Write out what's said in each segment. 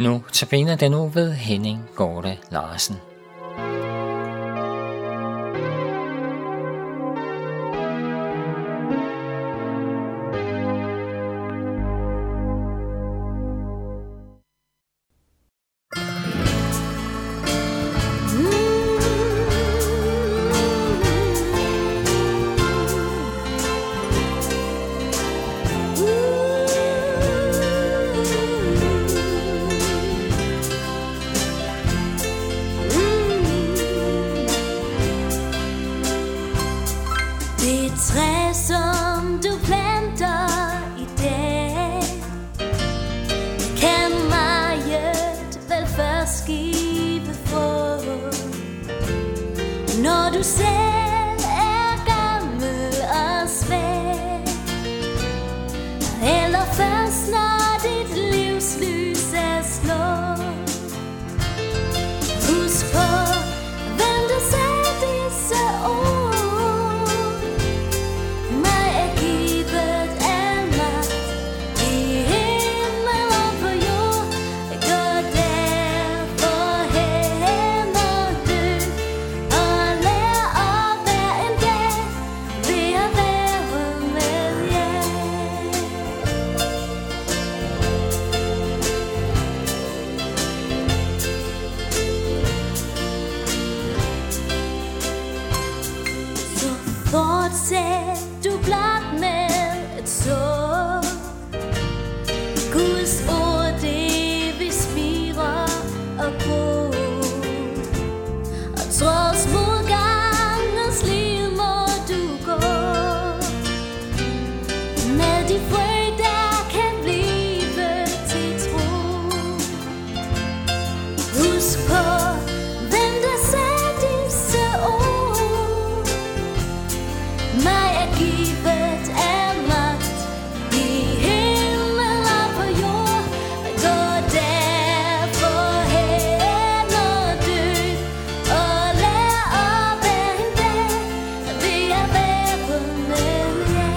Nu tabiner den nu ved Henning Gorte Larsen. Det træ, som du planter i dag, kan meget vel først give frugt, når du selv er gammel og svag, eller først når dit livs lys er slået. Husk på, hvem der sagde disse ord. Fortsæt du blot med et suk. Guds ord, det vil spire og gro, og trods modgangens liv må du gå med de frø, der kan blive til tro. Husk på, hvem der sagde disse ord. Mig er givet af magt i himmel og på jord. Gå derfor hen og dø, og lær op en dag ved at være med jer.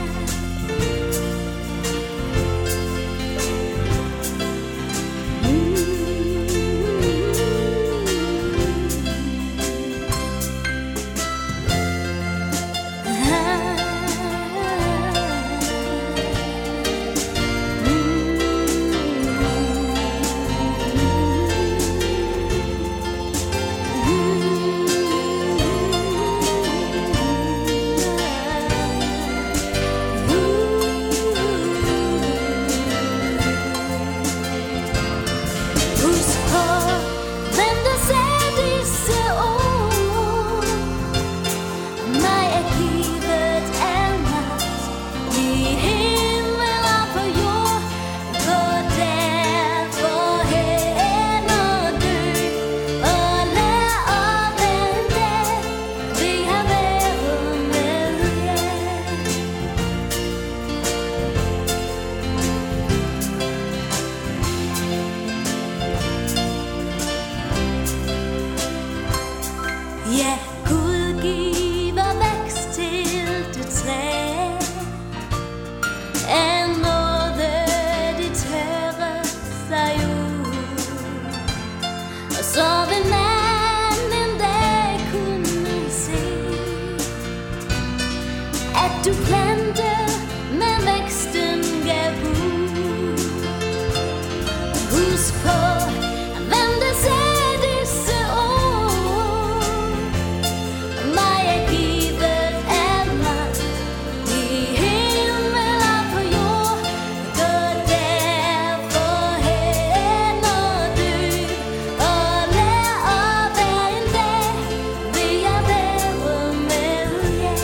Husk på, hvem der sagde disse ord. Mig er givet af magt i himmel og på jord. Gå derfor hen og dø, og lær op en dag ved at være med jer. Ja, Gud giver vækst til det træ, af nåde det tørrer sig ud, og så vil man en dag kunne se, at du plantede, men væksten gav bud. Husk på, hvem der sagde disse ord. Mig er givet af magt i himmel og på jord. Gå derfor hen og dø, og lær op en dag ved at være med jer.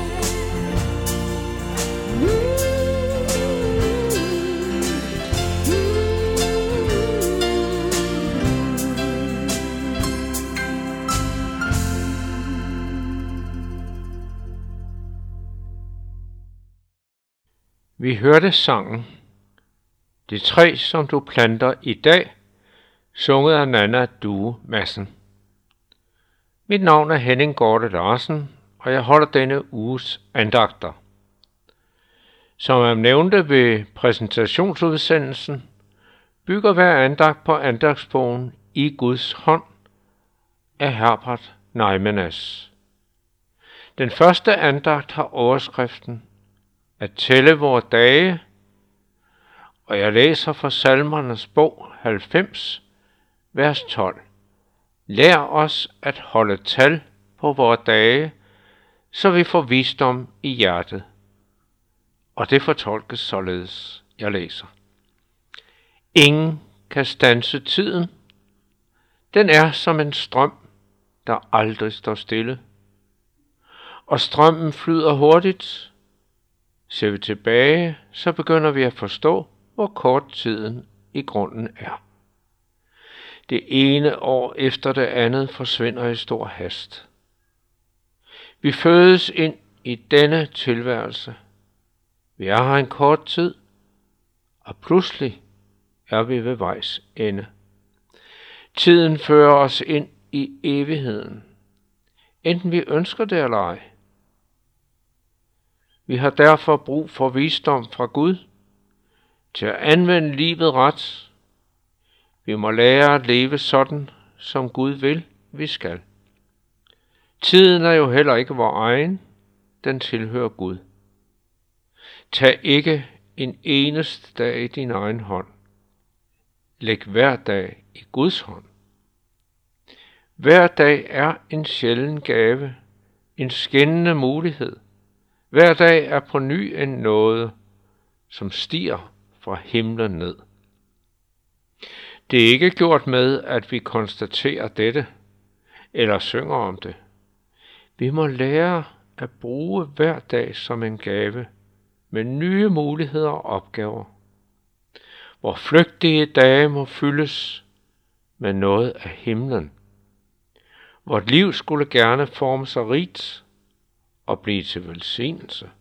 Vi hørte sangen Det træ, som du planter i dag, sunget af Nanna Due Madsen. Mit navn er Henning Gorte Larsen, og jeg holder denne uges andagter. Som jeg nævnte ved præsentationsudsendelsen, bygger hver andagt på andagtsbogen I Guds hånd af Herbert Neimenas. Den første andagt har overskriften at tælle vore dage, og jeg læser fra Salmernes bog 90, vers 12. Lær os at holde tal på vore dage, så vi får visdom i hjertet. Og det fortolkes således, jeg læser. Ingen kan standse tiden. Den er som en strøm, der aldrig står stille. Og strømmen flyder hurtigt. Ser vi tilbage, så begynder vi at forstå, hvor kort tiden i grunden er. Det ene år efter det andet forsvinder i stor hast. Vi fødes ind i denne tilværelse. Vi er her en kort tid, og pludselig er vi ved vejs ende. Tiden fører os ind i evigheden, enten vi ønsker det eller ej. Vi har derfor brug for visdom fra Gud til at anvende livet ret. Vi må lære at leve sådan, som Gud vil, vi skal. Tiden er jo heller ikke vor egen, den tilhører Gud. Tag ikke en eneste dag i din egen hånd. Læg hver dag i Guds hånd. Hver dag er en sjælden gave, en skinnende mulighed. Hver dag er på ny en nåde, som stiger fra himlen ned. Det er ikke gjort med, at vi konstaterer dette, eller synger om det. Vi må lære at bruge hver dag som en gave, med nye muligheder og opgaver. Hvor flygtige dage må fyldes med noget af himlen. Vort liv skulle gerne forme sig rigt og blive til velsignelse.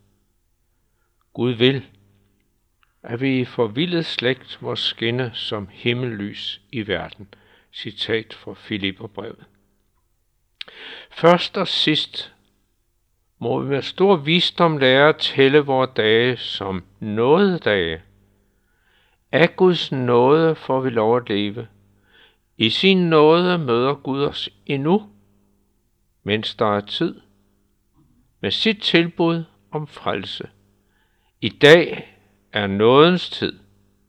Gud vil, at vi i forvildet slægt må skinne som himmellys i verden. Citat fra Filipperbrevet. Først og sidst må vi med stor visdom lære at tælle vore dage som nådedage. Af Guds nåde får vi lov at leve. I sin nåde møder Gud os endnu, mens der er tid, med sit tilbud om frelse. I dag er nådens tid.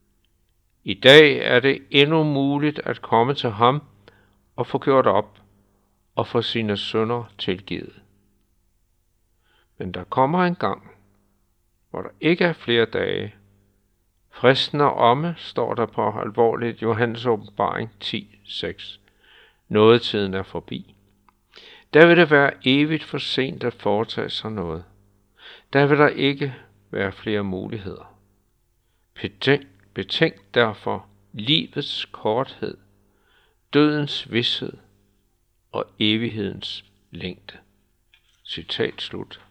I dag er det endnu muligt at komme til ham og få gjort op og få sine synder tilgivet. Men der kommer en gang, hvor der ikke er flere dage. Fristen er omme, står der på alvorligt Johannes åbenbaring 10:6. Nådetiden er forbi. Der vil det være evigt for sent at foretage sig noget. Der vil der ikke være flere muligheder. Betænk derfor livets korthed, dødens vished og evighedens længde. Citat slut.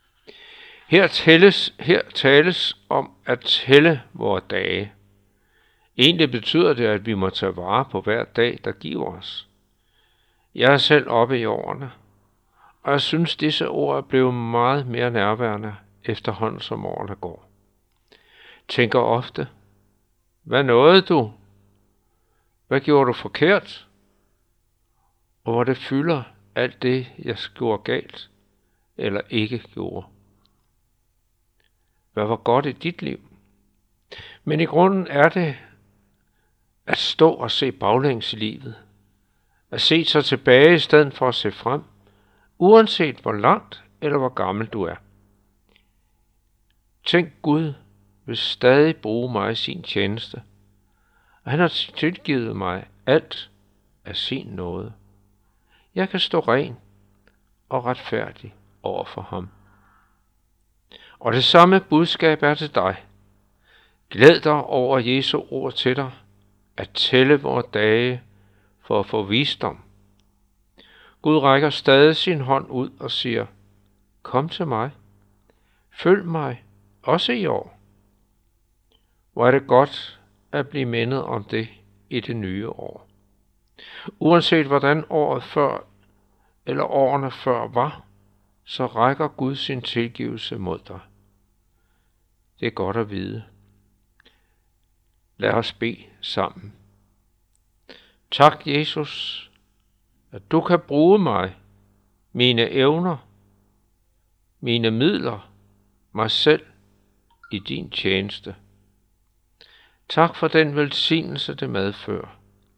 Her tales om at tælle vore dage. Egentlig betyder det, at vi må tage vare på hver dag, der giver os. Jeg er selv oppe i årene, og jeg synes, disse ord er blevet meget mere nærværende efterhånden som årene går. Tænker ofte, hvad nåede du? Hvad gjorde du forkert? Og hvor det fylder alt det, jeg gjorde galt eller ikke gjorde. Hvad var godt i dit liv? Men i grunden er det at stå og se baglæns i livet. At se sig tilbage i stedet for at se frem, uanset hvor langt eller hvor gammel du er. Tænk, Gud vil stadig bruge mig i sin tjeneste, og han har tilgivet mig alt af sin nåde. Jeg kan stå ren og retfærdig over for ham. Og det samme budskab er til dig. Glæd dig over Jesu ord til dig, at tælle vore dage for at få visdom. Gud rækker stadig sin hånd ud og siger, kom til mig, følg mig, også i år. Hvor er det godt at blive mindet om det i det nye år. Uanset hvordan året før eller årene før var, så rækker Gud sin tilgivelse mod dig. Det er godt at vide. Lad os bede sammen. Tak, Jesus, at du kan bruge mig, mine evner, mine midler, mig selv i din tjeneste. Tak for den velsignelse, det medfører.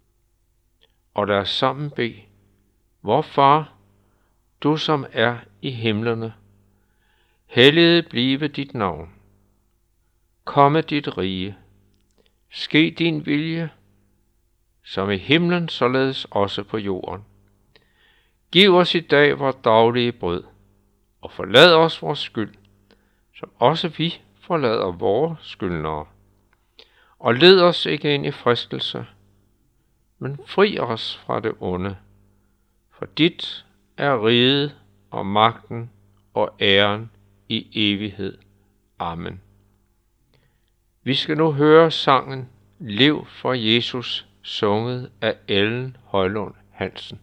Og lad os sammen bede. Vor Far, du som er i himlene, helliget blive dit navn. Komme dit rige. Ske din vilje, som i himlen, således også på jorden. Giv os i dag vores daglige brød, og forlad os vores skyld, som også vi forlader vore skyldnere. Og led os ikke ind i fristelse, men fri os fra det onde. For dit er riget og magten og æren i evighed. Amen. Vi skal nu høre sangen Lev for Jesus, sunget af Ellen Højlund Hansen.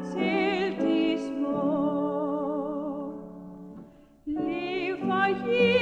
For